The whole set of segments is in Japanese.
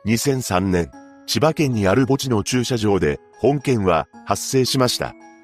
2003年、千葉県にある墓地の駐車場で本件は発生しました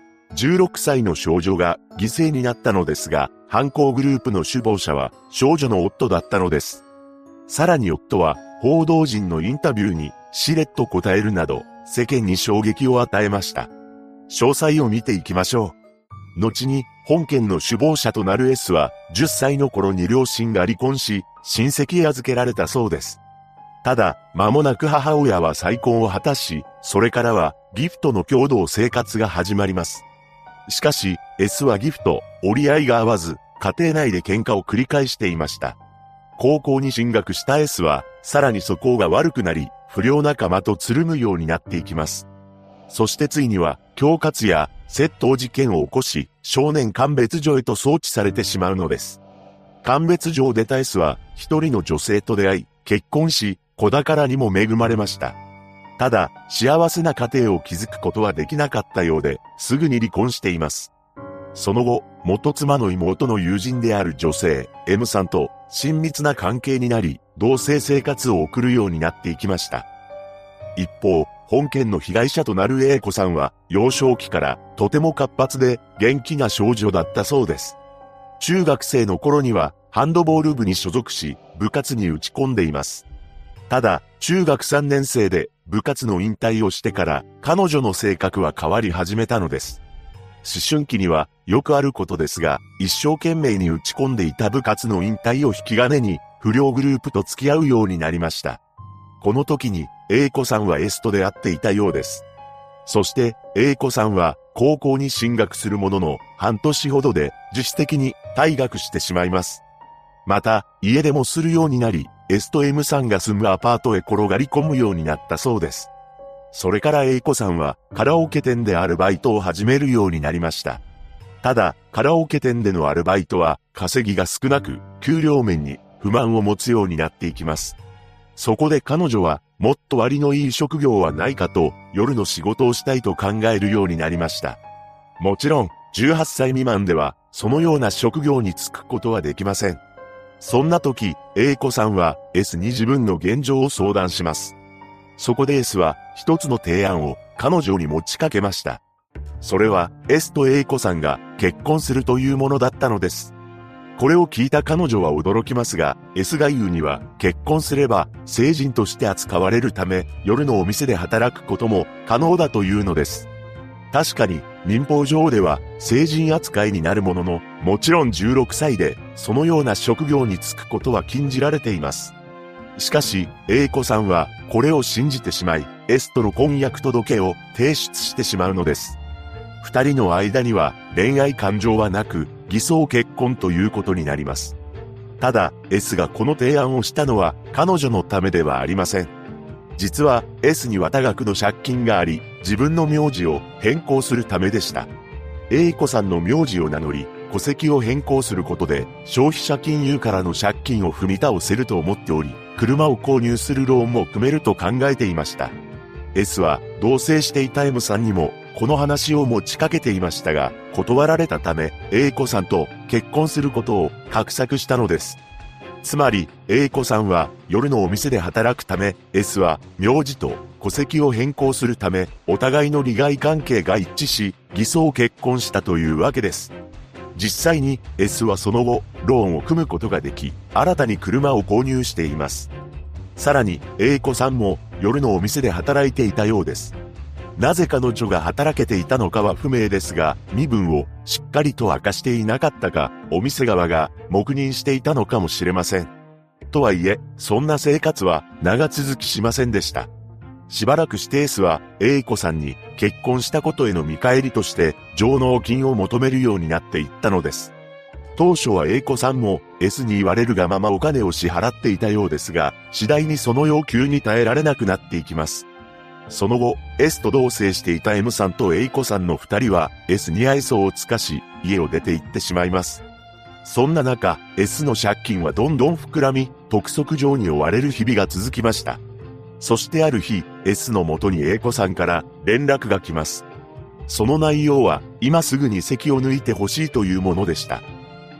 。16歳の少女が犠牲になったのですが、犯行グループの首謀者は少女の夫だったのです。さらに夫は報道陣のインタビューにしれっと答えるなど世間に衝撃を与えました。詳細を見ていきましょう。後に本件の首謀者となる S は10歳の頃に両親が離婚し、親戚へ預けられたそうです。ただ、間もなく母親は再婚を果たし、それからはギフとの共同生活が始まります。しかし、S はギフと折り合いが合わず、家庭内で喧嘩を繰り返していました。高校に進学した S は、さらに素行が悪くなり、不良仲間とつるむようになっていきます。そしてついには、恐喝や窃盗事件を起こし、少年鑑別所へと送致されてしまうのです。鑑別所を出た S は、一人の女性と出会い、結婚し、子宝にも恵まれました。ただ、幸せな家庭を築くことはできなかったようで、すぐに離婚しています。その後、元妻の妹の友人である女性、M さんと親密な関係になり、同棲生活を送るようになっていきました。一方、本件の被害者となる A 子さんは、幼少期からとても活発で元気な少女だったそうです。中学生の頃には、ハンドボール部に所属し、部活に打ち込んでいます。ただ、中学3年生で部活の引退をしてから、彼女の性格は変わり始めたのです。思春期にはよくあることですが、一生懸命に打ち込んでいた部活の引退を引き金に、不良グループと付き合うようになりました。この時に、A 子さんは S と出会っていたようです。そして、A 子さんは高校に進学するものの、半年ほどで自主的に退学してしまいます。また、家出もするようになり、S と M さんが住むアパートへ転がり込むようになったそうです。それから A 子さんはカラオケ店でアルバイトを始めるようになりました。ただ、カラオケ店でのアルバイトは稼ぎが少なく、給料面に不満を持つようになっていきます。そこで彼女は、もっと割のいい職業はないかと、夜の仕事をしたいと考えるようになりました。もちろん、18歳未満では、そのような職業に就くことはできません。そんな時、A 子さんは S に自分の現状を相談します。そこで S は一つの提案を彼女に持ちかけました。それは S と A 子さんが結婚するというものだったのです。これを聞いた彼女は驚きますが、S が言うには結婚すれば成人として扱われるため夜のお店で働くことも可能だというのです。確かに民法上では成人扱いになるものの、もちろん16歳でそのような職業に就くことは禁じられています。しかし、A 子さんはこれを信じてしまい、S との婚約届を提出してしまうのです。二人の間には恋愛感情はなく、偽装結婚ということになります。ただ、S がこの提案をしたのは彼女のためではありません。実は S には多額の借金があり、自分の名字を変更するためでした。A 子さんの名字を名乗り、戸籍を変更することで消費者金融からの借金を踏み倒せると思っており、車を購入するローンも組めると考えていました。S は同棲していた M さんにもこの話を持ちかけていましたが、断られたため A 子さんと結婚することを画策したのです。つまり A 子さんは夜のお店で働くため、 S は名字と戸籍を変更するため、お互いの利害関係が一致し偽装結婚したというわけです。実際に S はその後ローンを組むことができ、新たに車を購入しています。さらに A 子さんも夜のお店で働いていたようです。なぜ彼女が働けていたのかは不明ですが、身分をしっかりと明かしていなかったか、お店側が黙認していたのかもしれません。とはいえ、そんな生活は長続きしませんでした。しばらくして S は A 子さんに結婚したことへの見返りとして上納金を求めるようになっていったのです。当初は A 子さんも S に言われるがままお金を支払っていたようですが、次第にその要求に耐えられなくなっていきます。その後、S と同棲していた M さんと A 子さんの二人は S に愛想を尽かし、家を出て行ってしまいます。そんな中、S の借金はどんどん膨らみ、督促状に追われる日々が続きました。そしてある日、S の元に A 子さんから連絡が来ます。その内容は、今すぐに籍を抜いてほしいというものでした。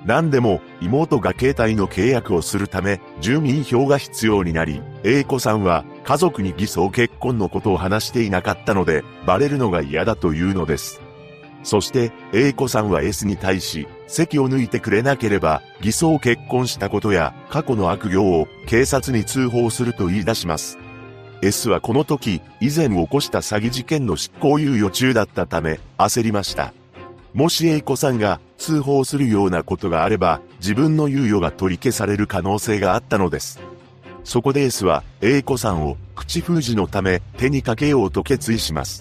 何でも妹が携帯の契約をするため住民票が必要になり、A子さんは家族に偽装結婚のことを話していなかったのでバレるのが嫌だというのです。そして A子さんは S に対し籍を抜いてくれなければ偽装結婚したことや過去の悪行を警察に通報すると言い出します。S はこの時以前起こした詐欺事件の執行猶予中だったため焦りました。もし A 子さんが通報するようなことがあれば自分の猶予が取り消される可能性があったのです。そこで S は A 子さんを口封じのため手にかけようと決意します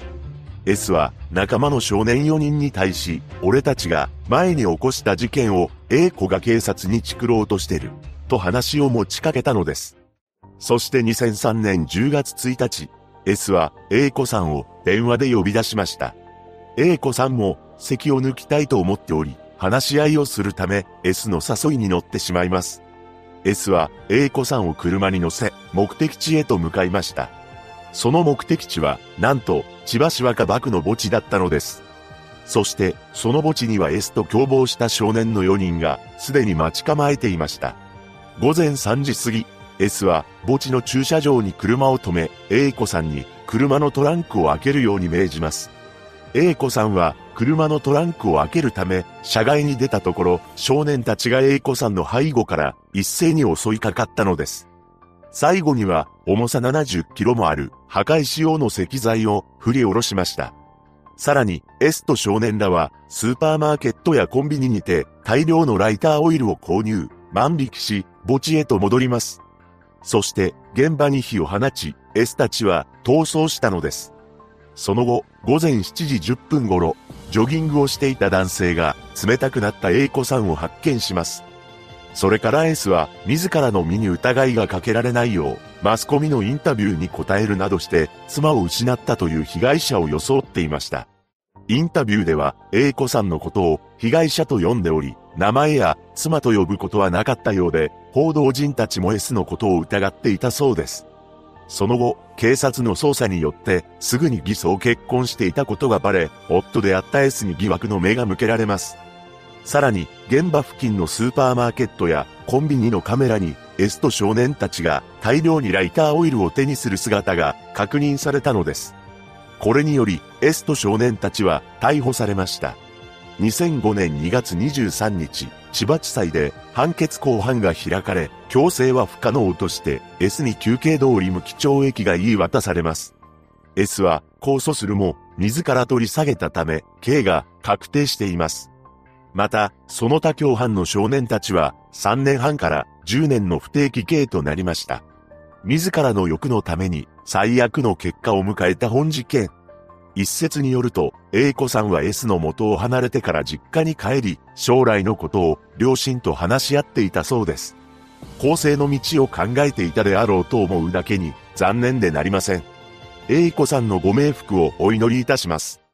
。S は仲間の少年4人に対し、俺たちが前に起こした事件を A 子が警察にチクろうとしてる、と話を持ちかけたのです。そして2003年10月1日、S は A 子さんを電話で呼び出しました。A 子さんも籍を抜きたいと思っており、話し合いをするため S の誘いに乗ってしまいます。S は A 子さんを車に乗せ、目的地へと向かいました。その目的地は、なんと、千葉市若葉区の墓地だったのです。そして、その墓地には S と共謀した少年の4人が、すでに待ち構えていました。午前3時過ぎ、S は墓地の駐車場に車を止め、A 子さんに車のトランクを開けるように命じます。A 子さんは車のトランクを開けるため、車外に出たところ、少年たちが A 子さんの背後から一斉に襲いかかったのです。最後には重さ70キロもある破壊し用の石材を振り下ろしました。さらに S と少年らはスーパーマーケットやコンビニにて大量のライターオイルを購入、万引きし墓地へと戻ります。そして現場に火を放ち S たちは逃走したのです。その後午前7時10分頃、ジョギングをしていた男性が冷たくなった A 子さんを発見します。それから S は自らの身に疑いがかけられないようマスコミのインタビューに答えるなどして妻を失ったという被害者を装っていました。インタビューでは A 子さんのことを被害者と呼んでおり、名前や妻と呼ぶことはなかったようで、報道陣たちも S のことを疑っていたそうです。その後、警察の捜査によってすぐに偽装結婚していたことがバレ、夫であった S に疑惑の目が向けられます。さらに、現場付近のスーパーマーケットやコンビニのカメラに S と少年たちが大量にライターオイルを手にする姿が確認されたのです。これにより S と少年たちは逮捕されました。2005年2月23日、千葉地裁で判決公判が開かれ、強制は不可能として S に求刑通り無期懲役が言い渡されます。S は控訴するも自ら取り下げたため、刑が確定しています。また、その他共犯の少年たちは3年半から10年の不定期刑となりました。自らの欲のために最悪の結果を迎えた本事件。一説によると、A 子さんは S の元を離れてから実家に帰り、将来のことを両親と話し合っていたそうです。更生の道を考えていたであろうと思うだけに残念でなりません。A 子さんのご冥福をお祈りいたします。